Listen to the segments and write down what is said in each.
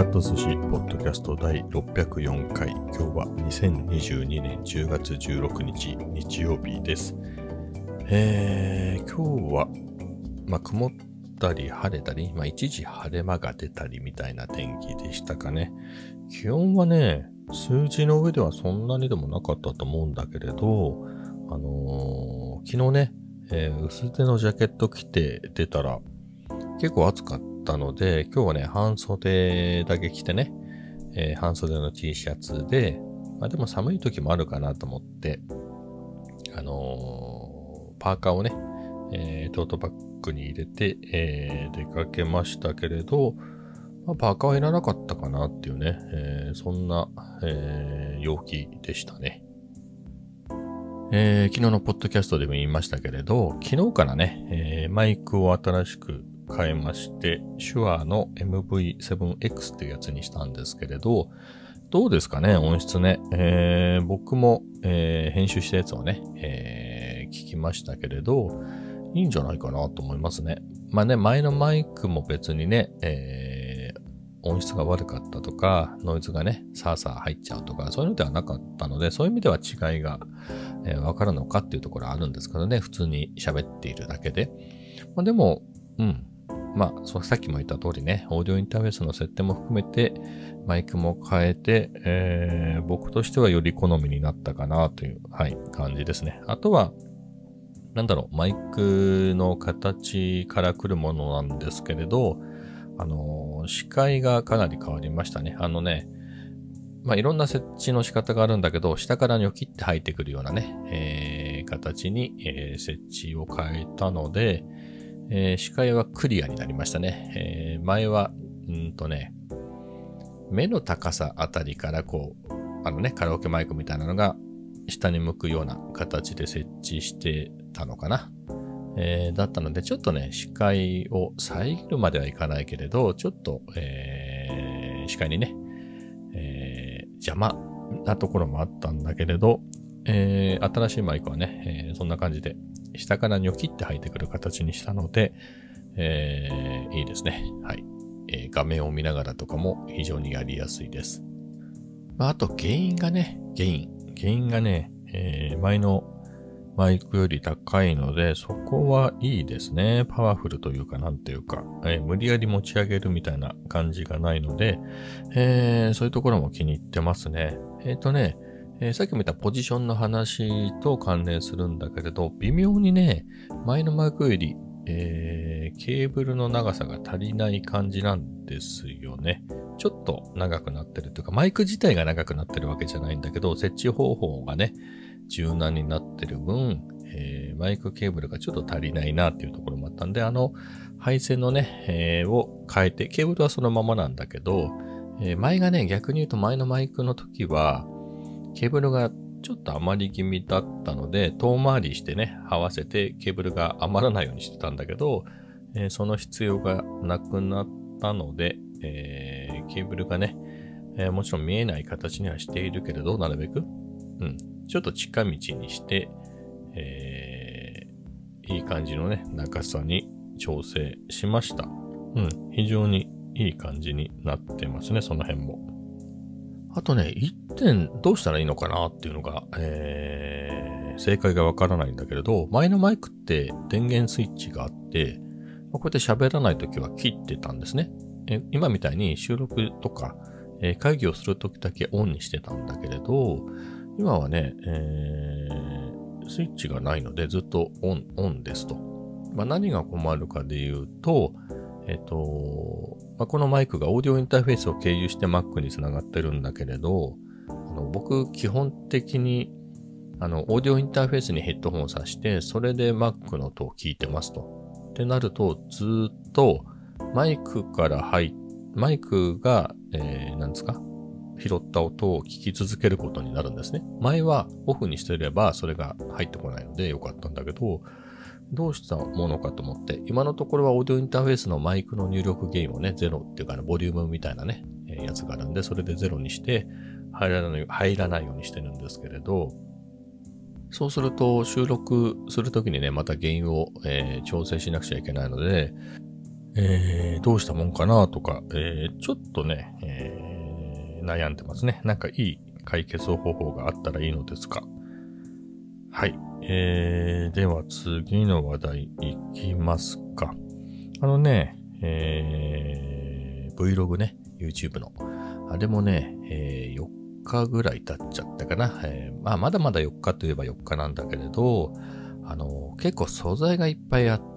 ャット寿司ポッドキャスト第604回。今日は2022年10月16日日曜日です。今日は、曇ったり晴れたり、一時晴れ間が出たりみたいな天気でしたかね。気温はね、数字の上ではそんなにでもなかったと思うんだけれど、昨日ね、薄手のジャケット着て出たら結構暑かったので、今日はね、半袖だけ着てね、半袖の T シャツで、でも寒い時もあるかなと思って、パーカーをね、トートバッグに入れて、出かけましたけれど、パーカーはいらなかったかなっていうね、そんな、陽気でしたね。昨日のポッドキャストでも言いましたけれど、昨日からね、マイクを新しく変えまして、手話の MV7X っていうやつにしたんですけれど、どうですかね、音質ね。僕も、編集したやつをね、聞きましたけれど、いいんじゃないかなと思いますね。前のマイクも別にね、音質が悪かったとか、ノイズがね、サーサー入っちゃうとか、そういうのではなかったので、そういう意味では違いが、わかるのかっていうところはあるんですけどね、普通に喋っているだけで。でも、さっきも言った通りね、オーディオインターフェースの設定も含めて、マイクも変えて、僕としてはより好みになったかなという、感じですね。あとは、マイクの形から来るものなんですけれど、視界がかなり変わりましたね。いろんな設置の仕方があるんだけど、下からニョキって入ってくるようなね、形に、設置を変えたので、視界はクリアになりましたね。前は、目の高さあたりからカラオケマイクみたいなのが下に向くような形で設置してたのかな。だったので、ちょっとね、視界を遮るまではいかないけれど、ちょっと、視界にね、邪魔なところもあったんだけれど、新しいマイクはね、そんな感じで、下からニョキって入ってくる形にしたので、いいですね。はい。画面を見ながらとかも非常にやりやすいです。あと、原因がね、前のマイクより高いので、そこはいいですね。パワフルというか、無理やり持ち上げるみたいな感じがないので、そういうところも気に入ってますね。さっきも言ったポジションの話と関連するんだけれど、微妙にね、前のマイクより、ケーブルの長さが足りない感じなんですよね。ちょっと長くなってるというか、マイク自体が長くなってるわけじゃないんだけど、設置方法がね、柔軟になってる分、マイクケーブルがちょっと足りないなっていうところもあったんで、配線のね、を変えて、ケーブルはそのままなんだけど、前がね、逆に言うと前のマイクの時は、ケーブルがちょっと余り気味だったので、遠回りしてね、合わせてケーブルが余らないようにしてたんだけど、その必要がなくなったので、ケーブルがね、もちろん見えない形にはしているけれど、なるべく、ちょっと近道にして、いい感じのね、長さに調整しました。非常にいい感じになってますね、その辺も。あとね、一点どうしたらいいのかなっていうのが、正解がわからないんだけれど、前のマイクって電源スイッチがあって、こうやって喋らないときは切ってたんですね。今みたいに収録とか、会議をするときだけオンにしてたんだけれど、今はね、スイッチがないのでずっとオンですと。何が困るかで言うと、このマイクがオーディオインターフェースを経由して Mac につながってるんだけれど、僕基本的にオーディオインターフェースにヘッドホンを挿して、それで Mac の音を聞いてますと。ってなると、ずっとマイクが、拾った音を聞き続けることになるんですね。前はオフにしてればそれが入ってこないのでよかったんだけど、どうしたものかと思って、今のところはオーディオインターフェースのマイクの入力ゲインをね、ゼロっていうかボリュームみたいなね、やつがあるんで、それでゼロにして入らないようにしてるんですけれど、そうすると収録するときにね、またゲインを、調整しなくちゃいけないので、 どうしたもんかなとか、ちょっとね、悩んでますね。なんかいい解決方法があったらいいのですが。はい。では次の話題いきますか。Vlog ね、YouTube の。あれもね、4日ぐらい経っちゃったかな。まだまだ4日といえば4日なんだけれど、結構素材がいっぱいあって、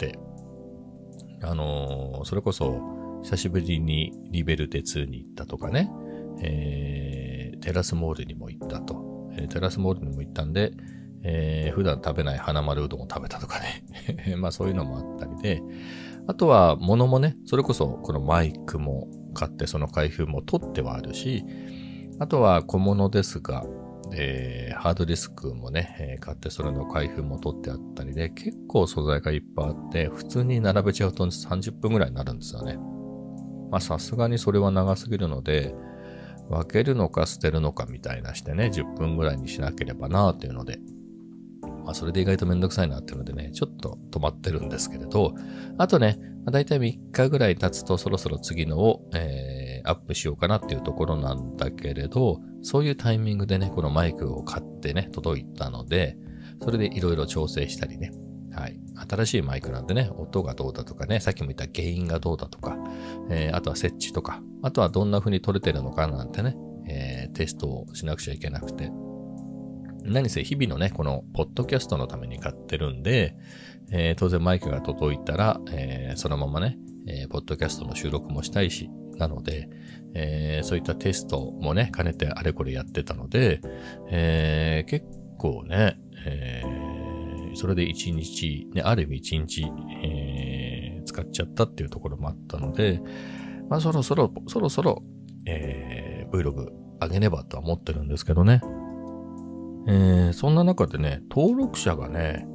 それこそ久しぶりにリベルテ2に行ったとかね、テラスモールにも行ったと。テラスモールにも行ったんで、普段食べない花丸うどんを食べたとかね。まあそういうのもあったりで、あとは物もね、それこそこのマイクも買ってその開封も取ってはあるし、あとは小物ですが、ハードディスクもね、買ってそれの開封も取ってあったりで、結構素材がいっぱいあって、普通に並べちゃうと30分ぐらいになるんですよね。まあさすがにそれは長すぎるので、分けるのか捨てるのかみたいなしてね、10分ぐらいにしなければなっていうので、まあそれで意外とめんどくさいなっていうのでね、ちょっと止まってるんですけれど、あとね、だいたい3日ぐらい経つとそろそろ次のを、アップしようかなっていうところなんだけれど、そういうタイミングでね、このマイクを買ってね、届いたので、それでいろいろ調整したりね、はい。新しいマイクなんでね、音がどうだとかね、さっきも言った原因がどうだとか、あとは設置とか、あとはどんな風に撮れてるのかなんてね、テストをしなくちゃいけなくて、何せ日々のね、このポッドキャストのために買ってるんで、当然マイクが届いたら、そのままね、ポッドキャストの収録もしたいし、なので、そういったテストもね、兼ねてあれこれやってたので、結構ね、それで一日、ね、ある意味一日、使っちゃったっていうところもあったので、まあそろそろ、Vlog 上げねばとは思ってるんですけどね。そんな中でね、登録者がね、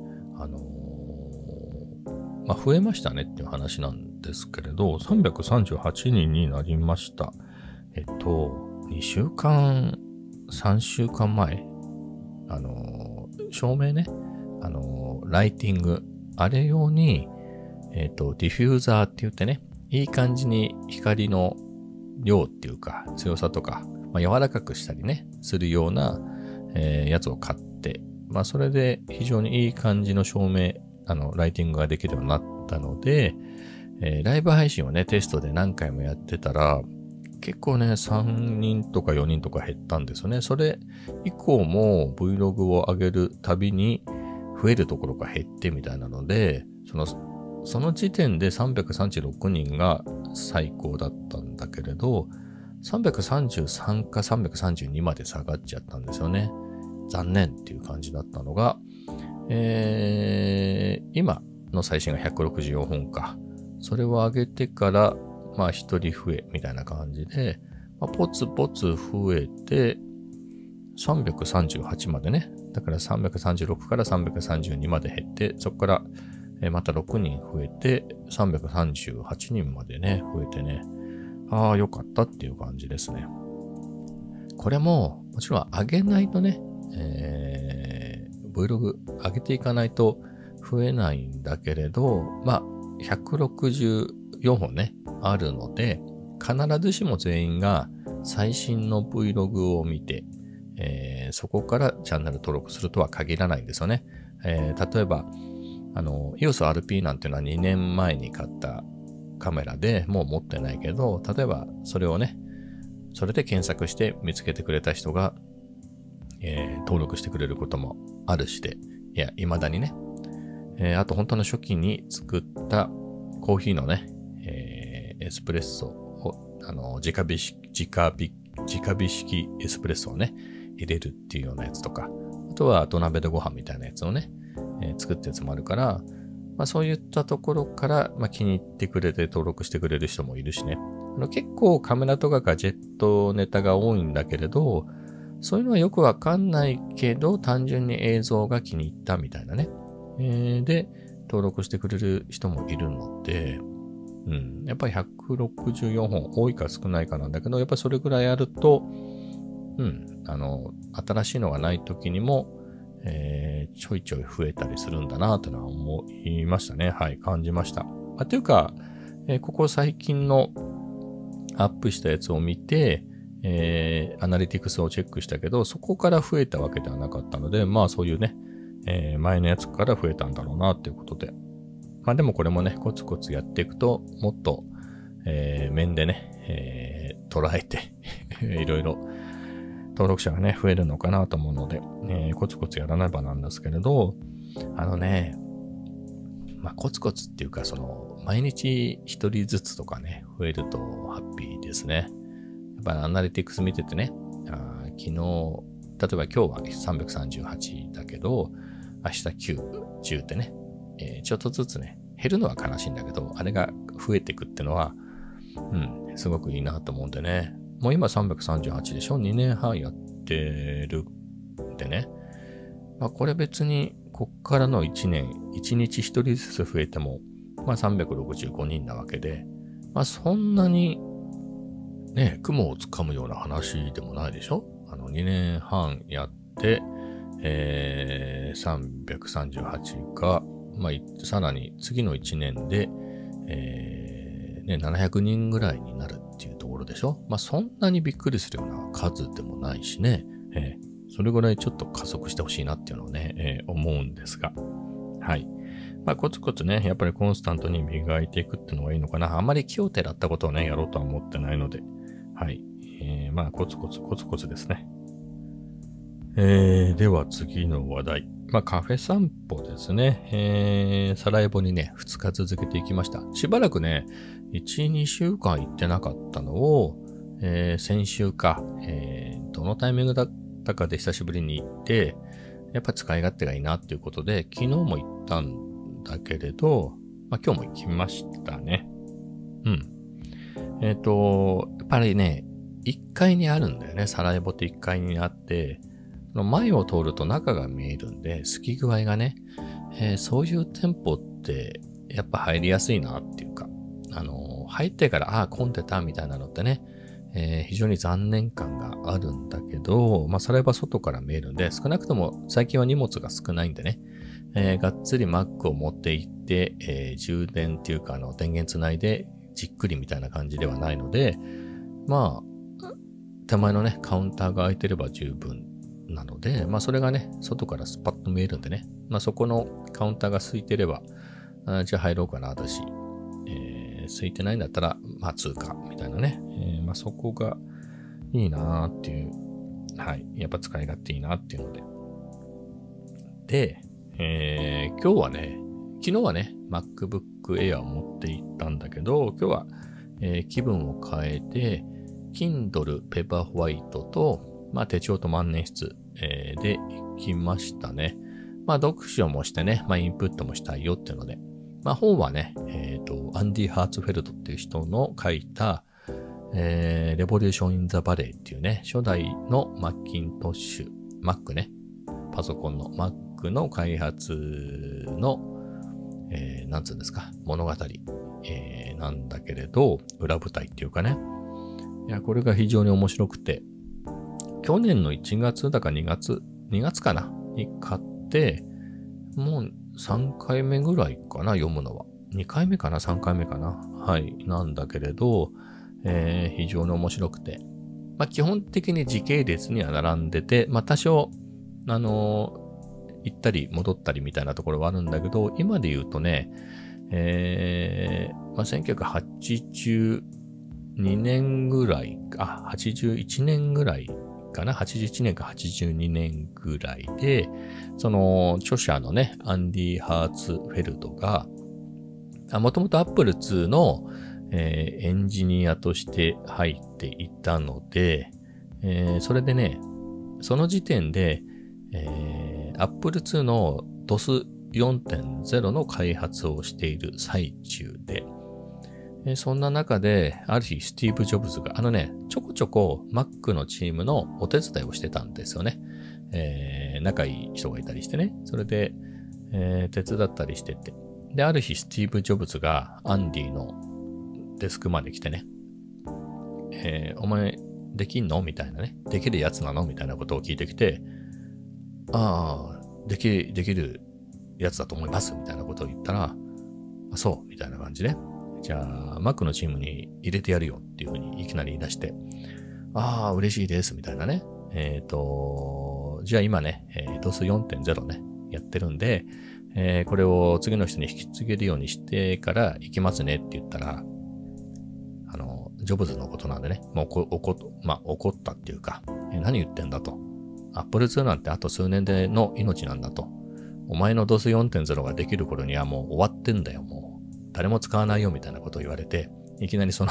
増えましたねっていう話なんですけれど、338人になりました。2週間、3週間前、照明ね、ライティング、あれ用に、ディフューザーって言ってね、いい感じに光の量っていうか、強さとか、柔らかくしたりね、するような、やつを買って、それで非常にいい感じの照明、ライティングができるようになったので、ライブ配信をね、テストで何回もやってたら、結構ね、3人とか4人とか減ったんですよね。それ以降も Vlog を上げるたびに増えるところが減ってみたいなので、その時点で336人が最高だったんだけれど、333か332まで下がっちゃったんですよね。残念っていう感じだったのが、今の最新が164本か。それを上げてから、一人増えみたいな感じで、ポツポツ増えて、338までね。だから336から332まで減って、そこからまた6人増えて、338人までね、増えてね。ああ、よかったっていう感じですね。これも、もちろん上げないとね、Vlog 上げていかないと増えないんだけれど、164本ね、あるので、必ずしも全員が最新の Vlog を見て、そこからチャンネル登録するとは限らないんですよね。例えば、EOS RP なんていうのは2年前に買ったカメラでもう持ってないけど、例えばそれをね、それで検索して見つけてくれた人が、登録してくれることもあるしで、未だにね、あと本当の初期に作ったコーヒーのね、エスプレッソを、直火式エスプレッソをね、入れるっていうようなやつとか、あとは土鍋でご飯みたいなやつをね、作ったやつもあるから、そういったところから、気に入ってくれて登録してくれる人もいるしね。結構カメラとかガジェットネタが多いんだけれど、そういうのはよくわかんないけど、単純に映像が気に入ったみたいなね。で、登録してくれる人もいるので、やっぱり164本多いか少ないかなんだけど、やっぱりそれぐらいあると、新しいのがない時にも、ちょいちょい増えたりするんだなというのは思いましたね。はい、感じました。というか、 ここ最近のアップしたやつを見て、アナリティクスをチェックしたけど、そこから増えたわけではなかったので、まあそういうね、前のやつから増えたんだろうなっていうことで。まあでもこれもね、コツコツやっていくと、もっと、面でね、捉えて、いろいろ登録者がね、増えるのかなと思うので、コツコツやらないばなんですけれど、まあコツコツっていうか、毎日一人ずつとかね、増えるとハッピーですね。やっぱアナリティクス見ててね、昨日、例えば今日は338だけど、明日9、10ってね、ちょっとずつね、減るのは悲しいんだけど、あれが増えていくってのは、すごくいいなと思うんでね。もう今338でしょ ?2 年半やってるんでね。まあこれ別に、こっからの1年、1日1人ずつ増えても、まあ365人なわけで、まあそんなに、ね、雲をつかむような話でもないでしょ2年半やって、338が、まあ、さらに次の1年で、700人ぐらいになるっていうところでしょまあ、そんなにびっくりするような数でもないしね、それぐらいちょっと加速してほしいなっていうのをね、思うんですが。はい。まあ、コツコツね、やっぱりコンスタントに磨いていくっていうのがいいのかな。あまり気をてらったことをね、やろうとは思ってないので。はい。まあ、コツコツですね。では次の話題。まあ、カフェ散歩ですね。サラエボにね、2日続けていきました。しばらくね、1、2週間行ってなかったのを、先週か、どのタイミングだったかで久しぶりに行って、やっぱ使い勝手がいいなっていうことで、昨日も行ったんだけれど、まあ、今日も行きましたね。やっぱりね、1階にあるんだよね。サラエボって1階にあって、前を通ると中が見えるんで、好き具合がね、そういう店舗ってやっぱ入りやすいなっていうか、入ってから混んでたみたいなのってね、非常に残念感があるんだけど、まあそれは外から見えるんで、少なくとも最近は荷物が少ないんでね、がっつり Mac を持って行って、充電っていうか電源つないでじっくりみたいな感じではないので、まあ、手前のね、カウンターが空いてれば十分なので、まあそれがね、外からスパッと見えるんでね、まあそこのカウンターが空いてれば、じゃあ入ろうかな、だし、空いてないんだったら、まあ通過みたいなね、まあそこがいいなーっていう、はい、やっぱ使い勝手いいなっていうので。で、今日はね、昨日はね、MacBook Air を持って行ったんだけど、今日は、気分を変えて、Kindle Paperwhite と、まあ手帳と万年筆、で行きましたね。まあ読書もしてね、まあインプットもしたいよっていうので、まあ本はね、アンディ・ハーツフェルトっていう人の書いた、レボリューション・イン・ザ・バレーっていうね、初代のマッキントッシュ、Mac ね、パソコンの Mac の開発の、なんつうんですか、物語、なんだけれど、裏舞台っていうかね。いや、これが非常に面白くて、去年の1月だか2月かなに買って、もう3回目ぐらいかな、読むのは。2回目かな ?3 回目かなはい、なんだけれど、非常に面白くて。まあ、基本的に時系列には並んでて、まあ、多少、行ったり戻ったりみたいなところはあるんだけど、今で言うとね、まあ、1982年ぐらい、81年ぐらいかな ?81 年か82年ぐらいで、その著者のね、アンディ・ハーツフェルトが、もともと Apple II の、エンジニアとして入っていたので、それでね、その時点で、Apple II の DOS 4.0 の開発をしている最中で、そんな中で、ある日、スティーブ・ジョブズが、ちょこちょこ Mac のチームのお手伝いをしてたんですよね。仲いい人がいたりしてね。それで、手伝ったりしてて。で、ある日、スティーブ・ジョブズがアンディのデスクまで来てね。お前、できんのみたいなね。できるやつなのみたいなことを聞いてきて、できるやつだと思いますみたいなことを言ったら、そうみたいな感じで、 じゃあ Mac のチームに入れてやるよっていうふうにいきなり言い出して、ああ、嬉しいです、みたいなね。じゃあ今ね、DOS 4.0 ね、やってるんで、これを次の人に引き継げるようにしてから行きますねって言ったら、ジョブズのことなんでね、もう怒ったっていうか、何言ってんだと。Apple II なんてあと数年での命なんだと。お前の DOS 4.0 ができる頃にはもう終わってんだよ、もう。誰も使わないよみたいなことを言われて、いきなり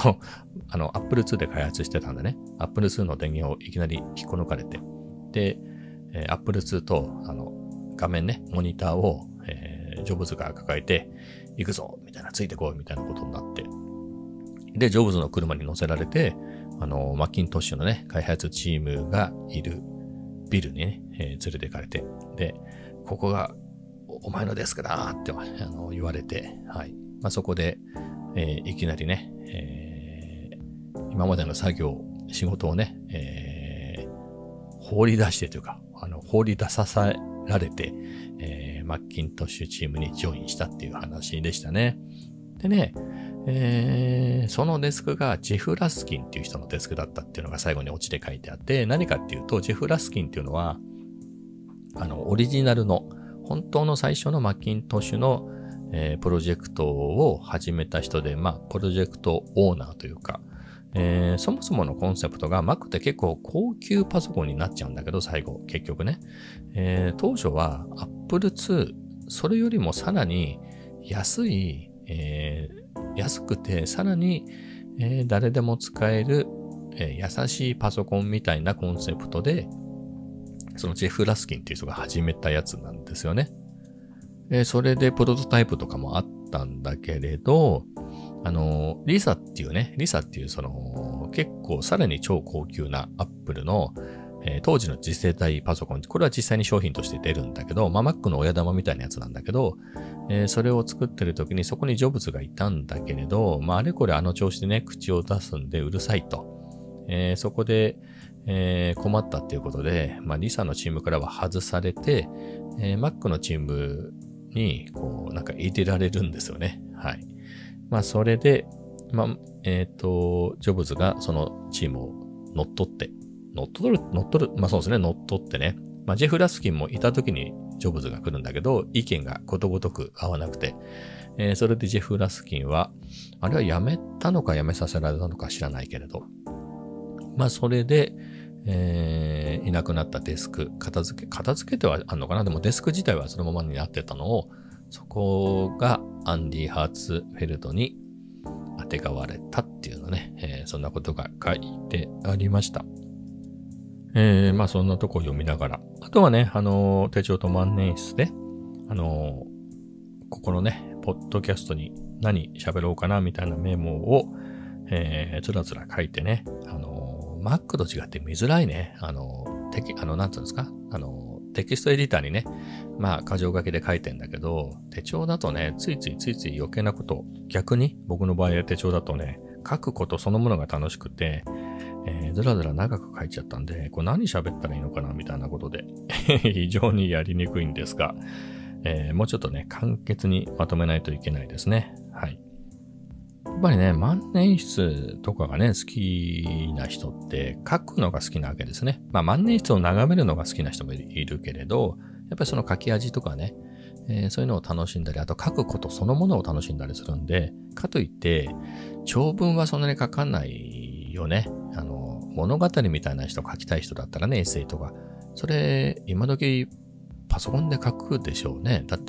Apple II で開発してたんでね、Apple II の電源をいきなり引っこ抜かれて、で、Apple II と、画面ね、モニターを、ジョブズが抱えて、行くぞみたいな、ついてこいみたいなことになって、で、ジョブズの車に乗せられて、マッキントッシュのね、開発チームがいるビルにね、連れて行かれて、で、ここがお前のデスクだって言われて、はい。まあ、そこで、いきなりね、今までの仕事をね、放り出してというか、放り出させられて、マッキントッシュチームにジョインしたっていう話でしたね。でね、そのデスクがジェフ・ラスキンっていう人のデスクだったっていうのが最後にオチで書いてあって、何かっていうと、ジェフ・ラスキンっていうのは、オリジナルの、本当の最初のマッキントッシュの、プロジェクトを始めた人で、まあ、プロジェクトオーナーというか、そもそものコンセプトが Mac って結構高級パソコンになっちゃうんだけど、最後、結局ね。当初は Apple II、それよりもさらに安い、安くて、さらに、誰でも使える、優しいパソコンみたいなコンセプトで、そのジェフ・ラスキンっていう人が始めたやつなんですよね。それでプロトタイプとかもあったんだけれど、リサっていうその結構さらに超高級な Apple の、当時の次世代パソコン、これは実際に商品として出るんだけど、まあ Mac の親玉みたいなやつなんだけど、それを作ってる時にそこにジョブズがいたんだけれど、まああれこれ調子でね、口を出すんでうるさいと。そこで、困ったっていうことで、まあリサのチームからは外されて、Mac のチームにこうなんか入れられるんですよね。はい。まあそれで、まあ、ジョブズがそのチームを乗っ取る。まあそうですね、乗っ取ってね。まあジェフ・ラスキンもいた時にジョブズが来るんだけど、意見がことごとく合わなくて、それでジェフ・ラスキンは、あれは辞めたのか辞めさせられたのか知らないけれど、まあそれで、いなくなったデスク、片付けてはあんのかな。でもデスク自体はそのままになってたのを、そこがアンディ・ハーツフェルドに当てがわれたっていうのね、そんなことが書いてありました。まあそんなとこ読みながら。あとはね、手帳と万年筆で、ここのね、ポッドキャストに何喋ろうかなみたいなメモを、つらつら書いてね、Mac と違って見づらいね。なんつうんですかテキストエディターにね、まあ、箇条書きで書いてんだけど、手帳だとね、ついつい余計なこと、逆に僕の場合は手帳だとね、書くことそのものが楽しくて、ずらずら長く書いちゃったんで、これ何喋ったらいいのかなみたいなことで、非常にやりにくいんですが、もうちょっとね、簡潔にまとめないといけないですね。はい。やっぱりね、万年筆とかがね、好きな人って書くのが好きなわけですね。まあ万年筆を眺めるのが好きな人もいるけれど、やっぱりその書き味とかね、そういうのを楽しんだり、あと書くことそのものを楽しんだりするんで、かといって、長文はそんなに書かないよね。物語みたいな人書きたい人だったらね、エッセイとか。それ、今時パソコンで書くでしょうね。だって、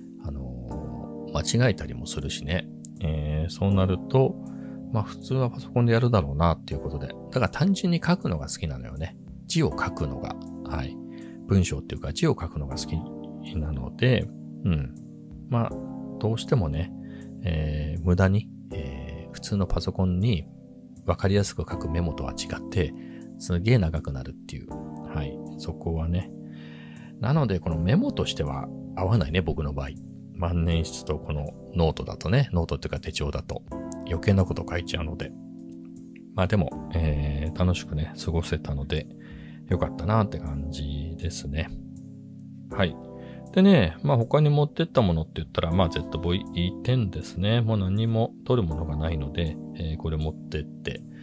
間違えたりもするしね。そうなると、まあ普通はパソコンでやるだろうなっていうことで。だから単純に書くのが好きなのよね。字を書くのが。はい。文章っていうか字を書くのが好きなので、まあ、どうしてもね、無駄に、普通のパソコンにわかりやすく書くメモとは違って、すげえ長くなるっていう。はい。そこはね。なので、このメモとしては合わないね、僕の場合。万年筆とこのノートだとね、ノートっていうか手帳だと余計なこと書いちゃうので。まあでも、楽しくね、過ごせたのでよかったなって感じですね。はい。 でね、まあ他に持ってったものって言ったら、まあ ZV-E10 ですね。もう何も取るものがないので、これ持ってって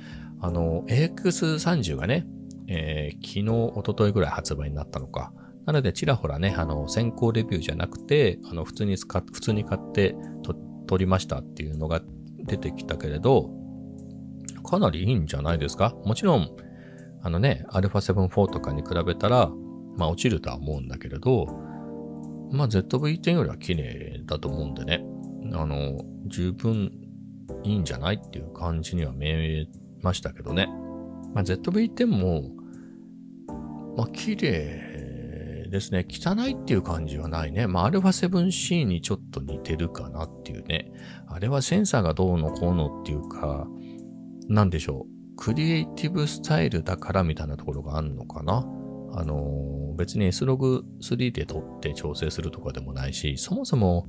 、AX30 がね、昨日、一昨日ぐらい発売になったのか。なので、ちらほらね、先行レビューじゃなくて、普通に買って取りましたっていうのが出てきたけれど、かなりいいんじゃないですか。もちろん、α7 IV とかに比べたら、まあ落ちるとは思うんだけれど、まあ ZV-10 よりは綺麗だと思うんでね、十分いいんじゃないっていう感じには見えましたけどね。まあ ZV-10 も、まあ綺麗ですね。汚いっていう感じはないね。まあ α7C にちょっと似てるかなっていうね。あれはセンサーがどうのこうのっていうか、なんでしょう。クリエイティブスタイルだからみたいなところがあるのかな。別に S-Log3 で撮って調整するとかでもないし、そもそも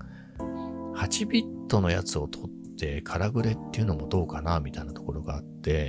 8ビットのやつを撮ってカラグレっていうのもどうかなみたいなところがあって、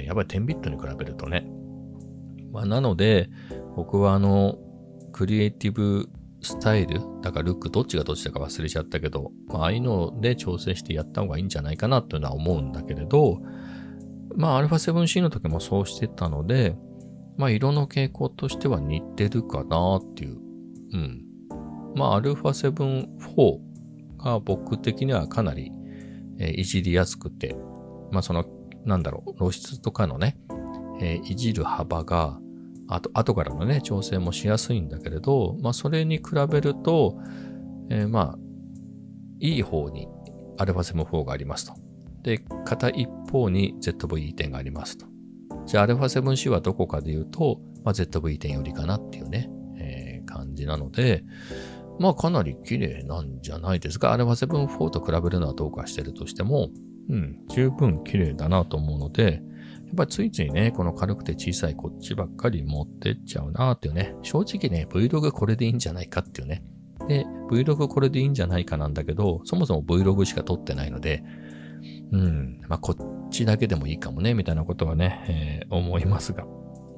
やっぱり10ビットに比べるとね。まあ、なので、僕はクリエイティブスタイル、だからルックどっちがどっちだか忘れちゃったけど、まあああいうので調整してやった方がいいんじゃないかなというのは思うんだけれど、まあ α7C の時もそうしてたので、まあ色の傾向としては似てるかなっていう。うん。まあ α7 IV が僕的にはかなり、いじりやすくて、まあ露出とかのね、いじる幅が、後からのね、調整もしやすいんだけれど、まあそれに比べると、まあ、いい方に α7 IV がありますと。で、片一方に ZV-E10 がありますと。じゃあ α7C はどこかで言うと、まあ、ZV-E10 よりかなっていうね、感じなので、まあかなり綺麗なんじゃないですか。α7 IV と比べるのはどうかしてるとしても、十分綺麗だなと思うので、やっぱりついついね、この軽くて小さいこっちばっかり持ってっちゃうなっていうね、正直ね、Vlog これでいいんじゃないかっていうね。で、Vlog これでいいんじゃないかなんだけど、そもそも Vlog しか撮ってないので、まあこっちだけでもいいかもね、みたいなことはね、思いますが。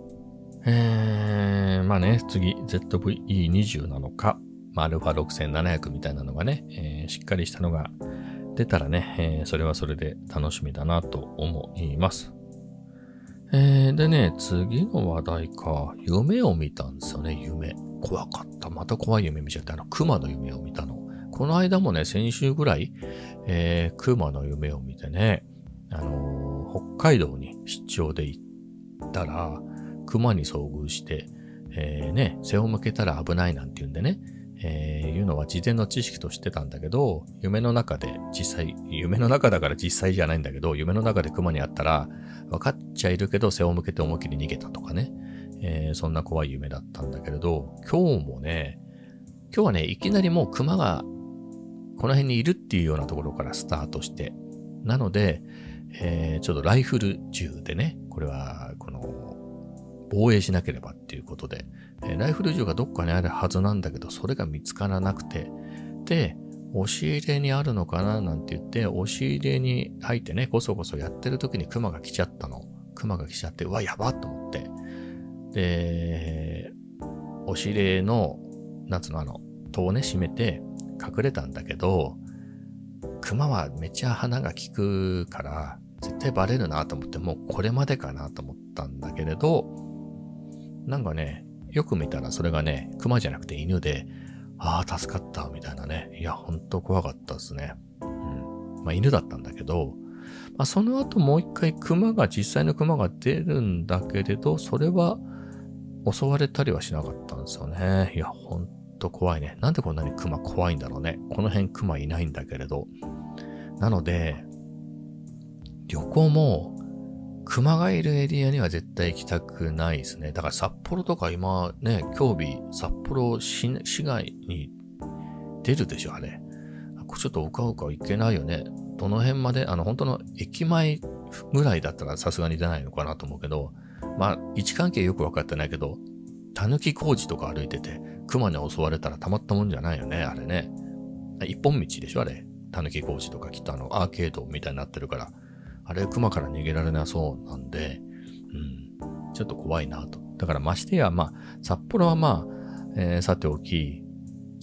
まあね、次、ZV-E20 なのか、まあ α6700 みたいなのがね、しっかりしたのが出たらね、それはそれで楽しみだなと思います。でね、次の話題か。夢を見たんですよね、夢。怖かった。また怖い夢見ちゃった。熊の夢を見たの。この間もね、先週ぐらい、熊の夢を見てね、北海道に出張で行ったら、熊に遭遇して、背を向けたら危ないなんて言うんでね、いうのは事前の知識としてたんだけど、夢の中だから実際じゃないんだけど、夢の中で熊に会ったら、分かっちゃいるけど背を向けて思いっきり逃げたとかね、そんな怖い夢だったんだけれど、今日はね、いきなりもう熊がこの辺にいるっていうようなところからスタートして、なので、ちょっとライフル銃でね、これは防衛しなければっていうことで、ライフル銃がどっかにあるはずなんだけど、それが見つからなくて、で、押し入れにあるのかななんて言って、押し入れに入ってね、こそこそやってる時に熊が来ちゃったの。熊が来ちゃって、うわ、やばっと思って。で、押し入れの、戸をね、閉めて隠れたんだけど、熊はめっちゃ鼻が効くから、絶対バレるなと思って、もうこれまでかなと思ったんだけれど、なんかね、よく見たらそれがね、熊じゃなくて犬で、ああ、助かった、みたいなね。いや、ほんと怖かったですね。まあ、犬だったんだけど、まあ、その後もう一回実際の熊が出るんだけれど、それは襲われたりはしなかったんですよね。いや、ほんと怖いね。なんでこんなに熊怖いんだろうね。この辺熊いないんだけれど。なので、旅行も、熊がいるエリアには絶対行きたくないですね。だから札幌とか今ね、今日札幌市外に出るでしょ、あれ。ちょっとうかうか行けないよね。どの辺まで、本当の駅前ぐらいだったらさすがに出ないのかなと思うけど、まあ、位置関係よくわかってないけど、たぬき工事とか歩いてて、熊に襲われたらたまったもんじゃないよね、あれね。一本道でしょ、あれ。たぬき工事とかきっとアーケードみたいになってるから。あれ、熊から逃げられなそうなんで、ちょっと怖いなと。だからましてや、まあ、札幌はまあ、さておき、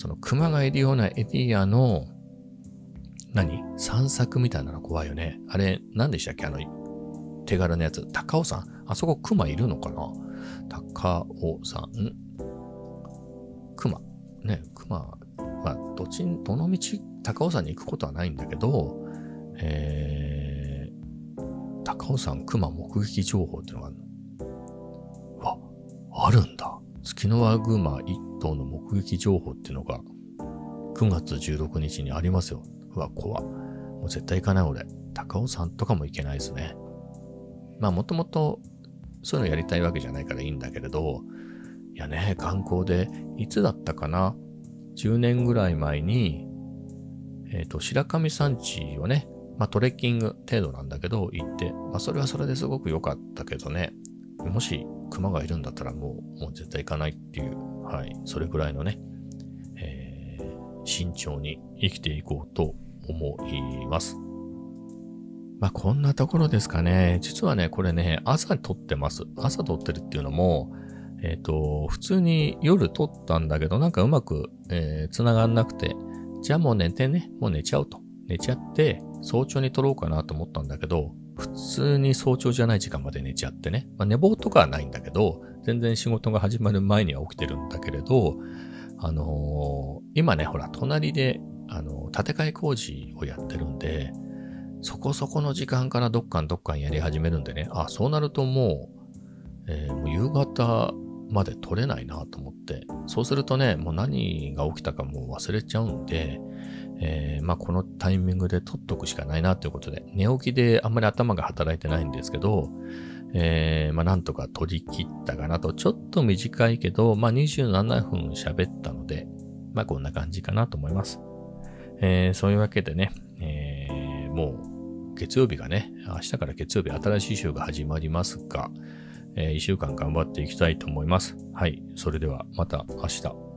その熊がいるようなエリアの、散策みたいなの怖いよね。あれ、何でしたっけ手軽なやつ。高尾山。あそこ熊いるのかな？高尾山。熊。ね、熊。まあ、どの道、高尾山に行くことはないんだけど、高尾山熊目撃情報っていうのがあるの。あるんだ。ツキノワグマ1頭の目撃情報っていうのが9月16日にありますよ。怖っ。もう絶対行かない俺。高尾山とかも行けないですね。まあもともとそういうのやりたいわけじゃないからいいんだけれど、いやね、観光でいつだったかな ?10 年ぐらい前に、白神山地をね、まあトレッキング程度なんだけど行って、まあそれはそれですごく良かったけどね、もし熊がいるんだったらもう絶対行かないっていう、はい、それぐらいのね、慎重に生きていこうと思います。まあこんなところですかね。実はね、これね、朝撮ってます。朝撮ってるっていうのも、普通に夜撮ったんだけど、なんかうまく、繋がんなくて、じゃあもう寝てね、もう寝ちゃおうと。寝ちゃって、早朝に撮ろうかなと思ったんだけど、普通に早朝じゃない時間まで寝ちゃってね。まあ寝坊とかはないんだけど、全然仕事が始まる前には起きてるんだけれど、今ね、ほら、隣で、建て替え工事をやってるんで、そこそこの時間からどっかんやり始めるんでね。そうなるともう夕方まで撮れないなと思って。そうするとね、もう何が起きたかもう忘れちゃうんで、まあこのタイミングで撮っとくしかないなということで、寝起きであんまり頭が働いてないんですけど、まあなんとか撮り切ったかなと。ちょっと短いけど、まあ27分喋ったので、まあこんな感じかなと思います。そういうわけでね、もう月曜日がね、明日から月曜日新しい週が始まりますが、1週間頑張っていきたいと思います。はい。それではまた明日。